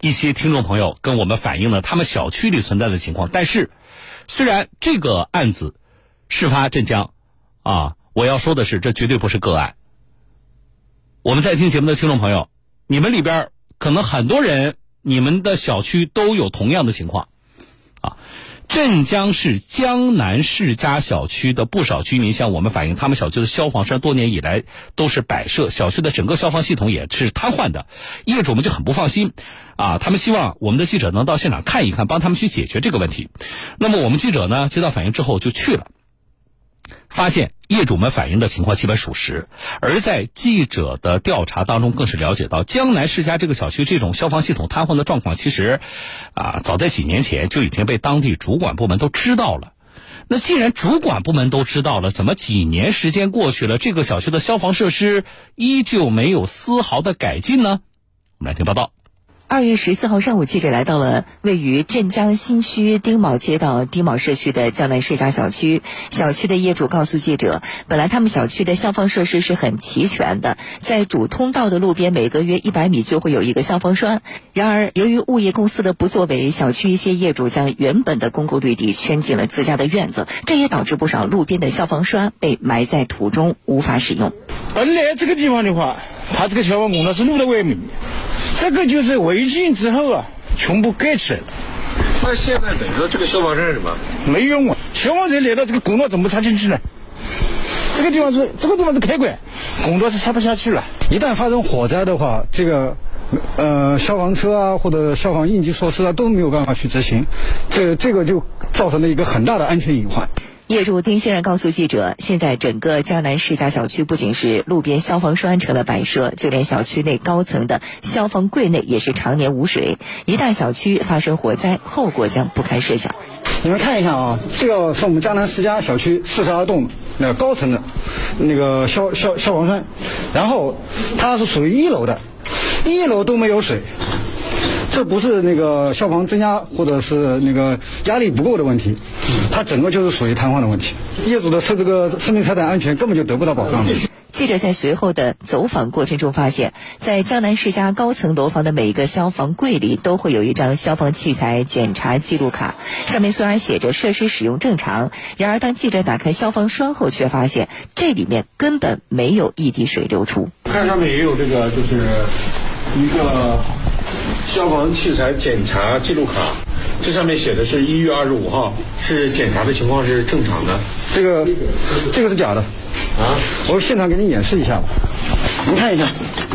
一些听众朋友跟我们反映了他们小区里存在的情况。但是虽然这个案子事发镇江我要说的是，这绝对不是个案。我们在听节目的听众朋友，你们里边可能很多人，你们的小区都有同样的情况镇江市江南世家小区的不少居民向我们反映，他们小区的消防栓多年以来都是摆设，小区的整个消防系统也是瘫痪的，业主们就很不放心他们希望我们的记者能到现场看一看，帮他们去解决这个问题。那么我们记者呢，接到反映之后就去了，发现业主们反映的情况基本属实，而在记者的调查当中更是了解到，江南世家这个小区这种消防系统瘫痪的状况，其实早在几年前就已经被当地主管部门都知道了。那既然主管部门都知道了，怎么几年时间过去了，这个小区的消防设施依旧没有丝毫的改进呢？我们来听报道。 2月14号上午，记者来到了位于镇江新区丁卯街道丁卯社区的江南世家小区。小区的业主告诉记者，本来他们小区的消防设施是很齐全的，在主通道的路边每隔约100米就会有一个消防栓。然而由于物业公司的不作为，小区一些业主将原本的公共绿地圈进了自家的院子，这也导致不少路边的消防栓被埋在土中，无法使用。 本来这个地方的话，它这个消防工作是录在外面，这个就是违禁之后全部盖起来了。 那现在等于说这个消防栓是什么？ 没用消防车来到这个管道怎么插进去呢？这个地方是开关，管道是插不下去了。 一旦发生火灾的话，这个消防车或者消防应急措施都没有办法去执行，这个就造成了一个很大的安全隐患。 业主丁先生告诉记者，现在整个江南世家小区不仅是路边消防栓成了摆设，就连小区内高层的消防柜内也是常年无水，一旦小区发生火灾，后果将不堪设想。 你们看一下这个是我们江南世家小区42栋那个高层的那个消防栓，然后它是属于1楼的，1楼都没有水。这不是那个消防增压或者是那个压力不够的问题，它整个就是属于瘫痪的问题，业主的这个生命财产安全根本就得不到保障。 记者在随后的走访过程中发现，在江南世家高层楼房的每一个消防柜里都会有一张消防器材检查记录卡，上面虽然写着设施使用正常，然而当记者打开消防栓后，却发现这里面根本没有一滴水流出。 看上面也有这个，就是一个消防器材检查记录卡，这上面写的是1月25号，是检查的情况是正常的。 这个是假的我现场给你演示一下吧，您看一下，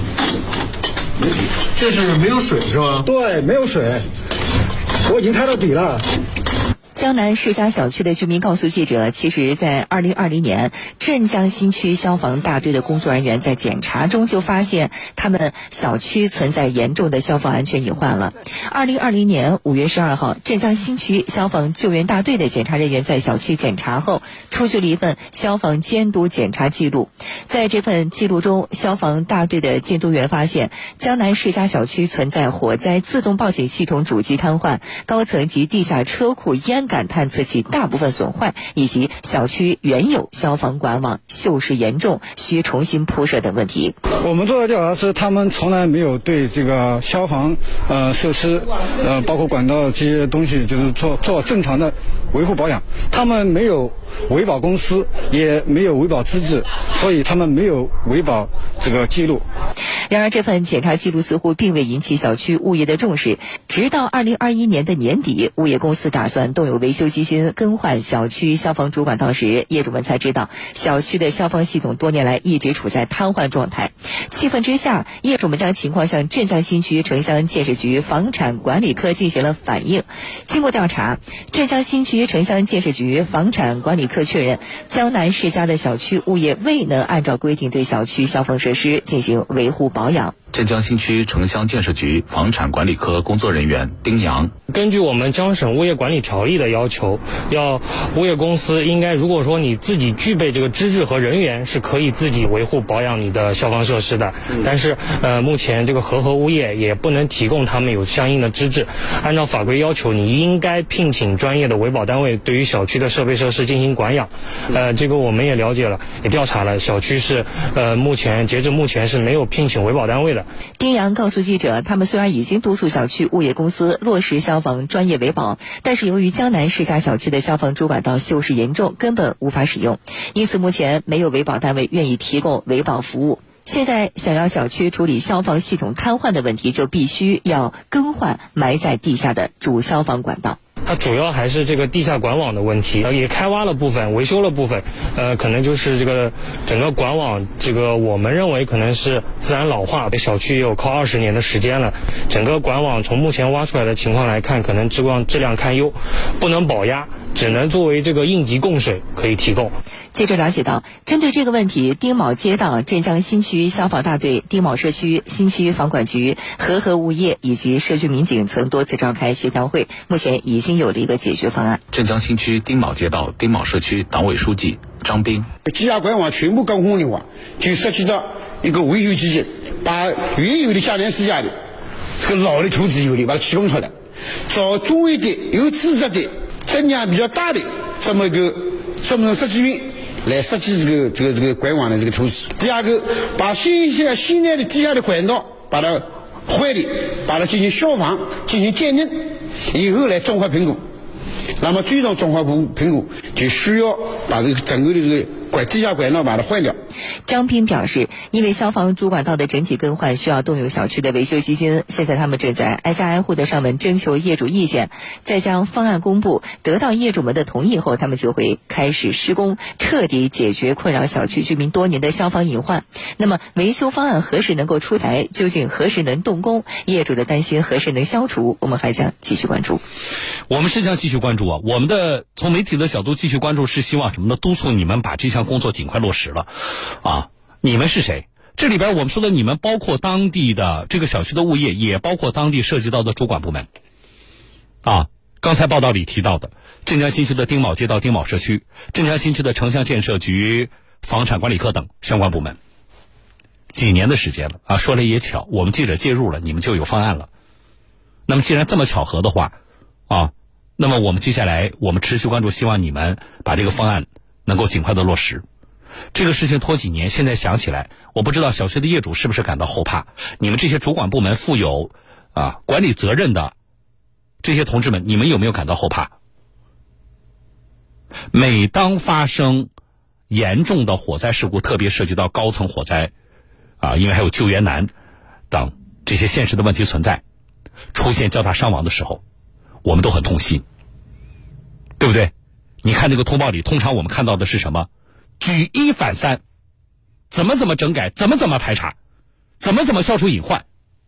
这是没有水是吧？ 对，没有水，我已经开到底了。 江南世家小区的居民告诉记者，其实在2020年，镇江新区消防大队的工作人员在检查中就发现他们小区存在严重的消防安全隐患了。2020年5月12号，镇江新区消防救援大队的检查人员在小区检查后，出具了一份消防监督检查记录。在这份记录中，消防大队的监督员发现，江南世家小区存在火灾自动报警系统主机瘫痪、高层及地下车库烟感探测器大部分损坏，以及小区原有消防管网锈蚀严重，需重新铺设等问题。 我们做的调查是，他们从来没有对这个消防设施包括管道这些东西，就是做正常的维护保养。他们没有维保公司，也没有维保资质，所以他们没有维保这个记录。 然而这份检查记录似乎并未引起小区物业的重视，直到2021年的年底，物业公司打算动用维修基金更换小区消防主管道时，业主们才知道小区的消防系统多年来一直处在瘫痪状态。气愤之下，业主们将情况向镇江新区城乡建设局房产管理科进行了反映。经过调查，镇江新区城乡建设局房产管理科确认，江南世家的小区物业未能按照规定对小区消防设施进行维护保养。 镇江新区城乡建设局房产管理科工作人员丁阳。 根据我们江省物业管理条例的要求，物业公司应该，如果说你自己具备这个资质和人员，是可以自己维护保养你的消防设施的。但是目前这个和合物业也不能提供他们有相应的资质。按照法规要求，你应该聘请专业的维保单位对于小区的设备设施进行管养。这个我们也了解了，也调查了，小区是截至目前是没有聘请维保单位的。 丁阳告诉记者，他们虽然已经督促小区物业公司落实消防专业维保，但是由于江南市辖小区的消防主管道锈蚀严重，根本无法使用，因此目前没有维保单位愿意提供维保服务。现在想要小区处理消防系统瘫痪的问题，就必须要更换埋在地下的主消防管道。 它主要还是这个地下管网的问题，也开挖了部分，维修了部分，可能就是这个整个管网，这个我们认为可能是自然老化，小区也有靠20年的时间了，整个管网从目前挖出来的情况来看，可能质量堪忧，不能保压，只能作为这个应急供水可以提供。 记者了解到，针对这个问题，丁卯街道镇江新区消防大队、丁卯社区新区房管局、和合物业以及社区民警曾多次召开协调会，目前已经有了一个解决方案。 镇江新区丁卯街道丁卯社区党委书记张斌： 地下管网全部更换的话，就涉及到一个维修机制，把原有的江南世家的这个老的土质有的把它提供出来，找专业的有资质的质量比较大的这么一个设计员来设计这个管网的这个土质。第二个，把新来的地下的管道把它坏的，把它进行消防进行鉴定，以后来综合评估。那么最终综合评估就需要把这个整个的这个地下管道把它换掉。 张斌表示，因为消防主管道的整体更换需要动用小区的维修基金，现在他们正在挨家挨户的上门征求业主意见，再将方案公布，得到业主们的同意后，他们就会开始施工，彻底解决困扰小区居民多年的消防隐患。那么维修方案何时能够出台，究竟何时能动工，业主的担心何时能消除，我们还将继续关注。 我们是将继续关注啊，我们的从媒体的角度继续关注，是希望什么呢？督促你们把这项工作尽快落实了啊！你们是谁？这里边我们说的你们包括当地的这个小区的物业，也包括当地涉及到的主管部门啊。刚才报道里提到的镇江新区的丁卯街道丁卯社区，镇江新区的城乡建设局、房产管理科等相关部门，几年的时间了啊！说来也巧，我们记者介入了，你们就有方案了。那么既然这么巧合的话啊，那么我们接下来我们持续关注，希望你们把这个方案能够尽快的落实。这个事情拖几年，现在想起来，我不知道小区的业主是不是感到后怕。你们这些主管部门负有管理责任的这些同志们，你们有没有感到后怕？每当发生严重的火灾事故，特别涉及到高层火灾因为还有救援难等这些现实的问题存在，出现较大伤亡的时候，我们都很痛心，对不对？你看那个通报里，通常我们看到的是什么？举一反三，怎么整改，怎么排查，怎么消除隐患。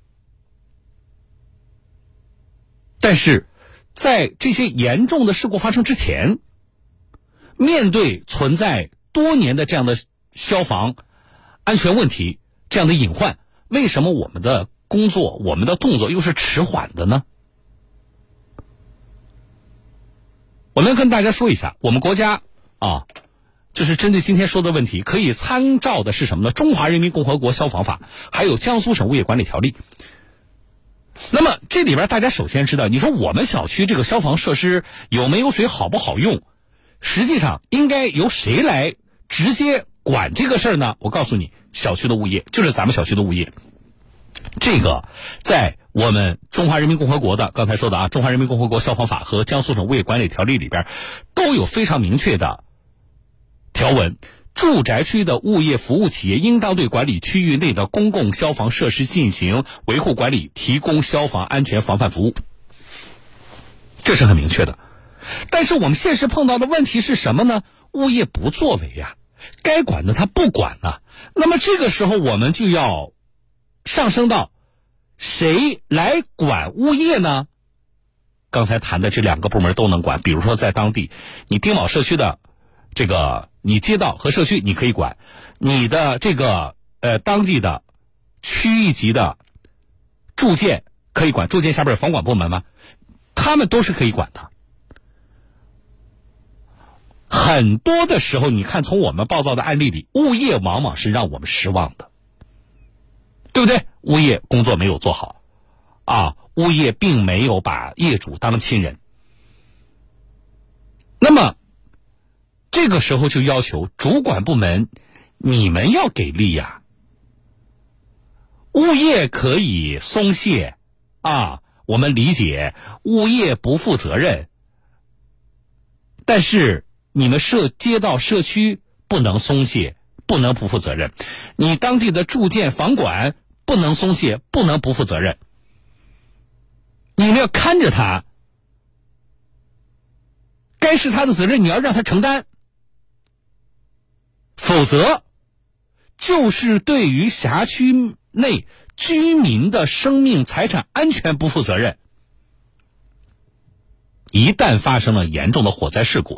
但是在这些严重的事故发生之前，面对存在多年的这样的消防安全问题，这样的隐患，为什么我们的工作，我们的动作又是迟缓的呢？我们跟大家说一下，我们国家就是针对今天说的问题，可以参照的是什么呢？中华人民共和国消防法，还有江苏省物业管理条例。那么这里边大家首先知道，你说我们小区这个消防设施有没有水，好不好用，实际上应该由谁来直接管这个事儿呢？我告诉你，小区的物业，就是咱们小区的物业。这个在我们中华人民共和国的刚才说的中华人民共和国消防法和江苏省物业管理条例里边都有非常明确的条文，住宅区的物业服务企业应当对管理区域内的公共消防设施进行维护管理，提供消防安全防范服务，这是很明确的。但是我们现实碰到的问题是什么呢？物业不作为呀，该管的他不管呢。那么这个时候我们就要上升到谁来管物业呢？刚才谈的这两个部门都能管，比如说在当地，你丁卯社区的这个你街道和社区你可以管，你的这个当地的区域级的住建可以管，住建下边有房管部门吗？ 他们都是可以管的。很多的时候，你看从我们报道的案例里，物业往往是让我们失望的，对不对？物业工作没有做好啊，物业并没有把业主当亲人。那么这个时候就要求主管部门，你们要给力呀。物业可以松懈啊，我们理解物业不负责任，但是你们街道社区不能松懈，不能不负责任。你当地的住建房管不能松懈，不能不负责任。你们要看着他，该是他的责任你要让他承担，否则就是对于辖区内居民的生命财产安全不负责任。一旦发生了严重的火灾事故，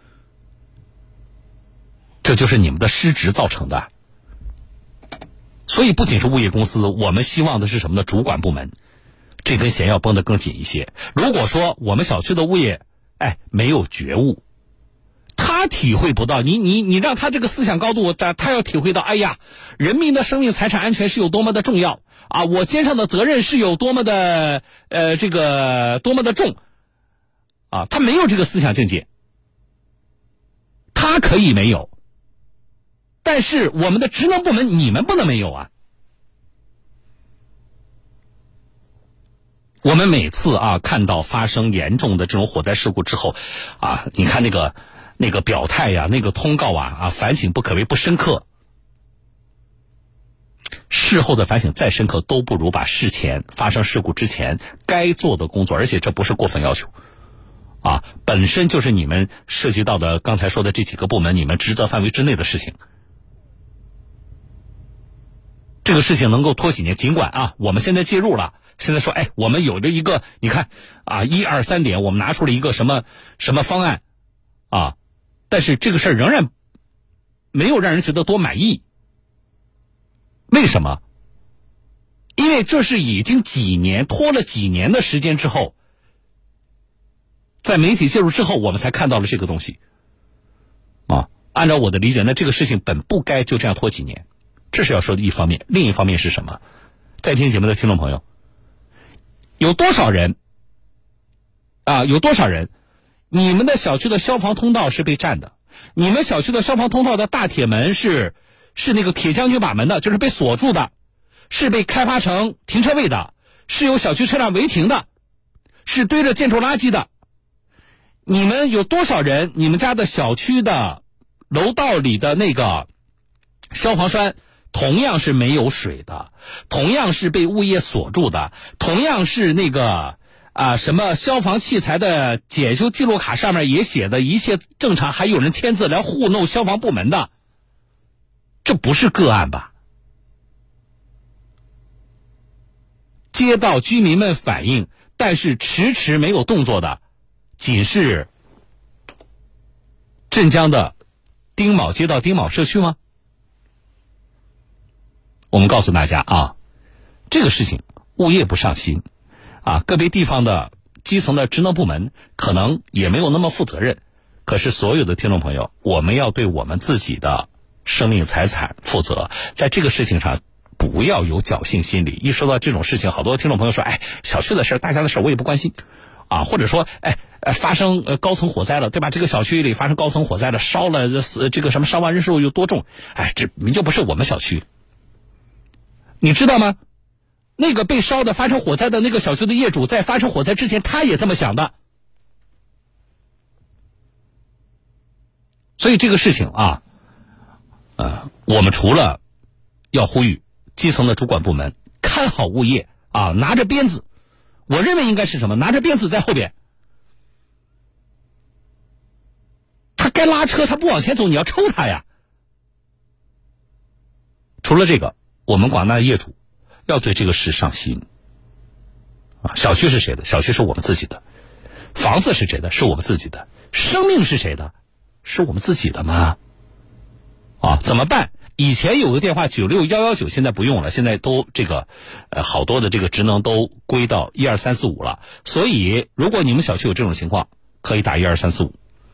这就是你们的失职造成的。所以不仅是物业公司，我们希望的是什么呢？主管部门这根弦要绷得更紧一些。如果说我们小区的物业没有觉悟，他体会不到，你让他这个思想高度，他要体会到，哎呀，人民的生命财产安全是有多么的重要啊！我肩上的责任是有多么的多么的重啊！他没有这个思想境界，他可以没有，但是我们的职能部门你们不能没有啊！我们每次看到发生严重的这种火灾事故之后你看那个表态呀，那个通告反省不可谓不深刻。事后的反省再深刻，都不如把事前发生事故之前该做的工作，而且这不是过分要求本身就是你们涉及到的刚才说的这几个部门你们职责范围之内的事情。这个事情能够拖几年，尽管我们现在介入了，现在说我们有着一个，你看1、2、3点，我们拿出了一个什么方案但是这个事儿仍然没有让人觉得多满意。为什么？因为这是已经拖了几年的时间之后，在媒体介入之后，我们才看到了这个东西按照我的理解，那这个事情本不该就这样拖几年，这是要说的一方面。另一方面是什么？在听节目的听众朋友，有多少人你们的小区的消防通道是被占的，你们小区的消防通道的大铁门是那个铁将军把门的，就是被锁住的，是被开发成停车位的，是有小区车辆违停的，是堆着建筑垃圾的。你们有多少人，你们家的小区的楼道里的那个消防栓同样是没有水的，同样是被物业锁住的，同样是那个什么消防器材的检修记录卡上面也写的一切正常，还有人签字来糊弄消防部门的，这不是个案吧？接到居民们反映，但是迟迟没有动作的，仅是镇江的丁卯街道丁卯社区吗？我们告诉大家这个事情物业不上心个别地方的基层的职能部门可能也没有那么负责任。可是所有的听众朋友，我们要对我们自己的生命财产负责，在这个事情上不要有侥幸心理。一说到这种事情，好多听众朋友说小区的事大家的事我也不关心或者说发生高层火灾了，对吧？这个小区里发生高层火灾了，烧了这个什么伤亡人数有多重，这明就不是我们小区。你知道吗？那个被烧的发生火灾的那个小区的业主，在发生火灾之前他也这么想的。所以这个事情我们除了要呼吁基层的主管部门看好物业拿着鞭子，我认为应该是什么？拿着鞭子在后边，他该拉车他不往前走，你要抽他呀。除了这个，我们广大的业主要对这个事上心小区是谁的？小区是我们自己的。房子是谁的？是我们自己的。生命是谁的？是我们自己的吗？怎么办？ 以前有个电话96119，现在不用了，现在都这个好多的这个职能都归到12345了。所以如果你们小区有这种情况，可以打12345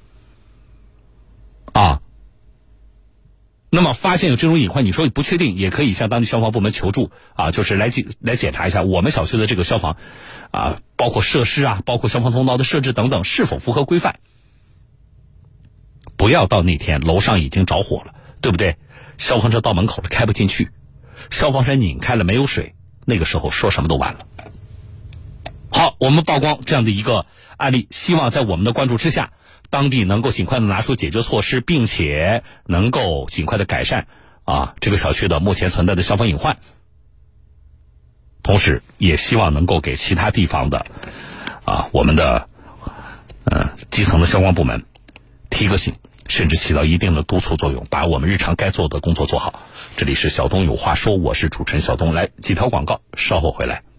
啊。那么发现有这种隐患，你说你不确定，也可以向当地消防部门求助啊，就是来检查一下我们小区的这个消防啊，包括设施啊，包括消防通道的设置等等是否符合规范。不要到那天楼上已经着火了，对不对？消防车到门口了开不进去，消防栓拧开了没有水，那个时候说什么都晚了。好，我们曝光这样的一个案例，希望在我们的关注之下，当地能够尽快的拿出解决措施，并且能够尽快的改善这个小区的目前存在的消防隐患。同时也希望能够给其他地方的我们的基层的消防部门提个醒，甚至起到一定的督促作用，把我们日常该做的工作做好。这里是小东有话说，我是主持人小东，来几条广告，稍后回来。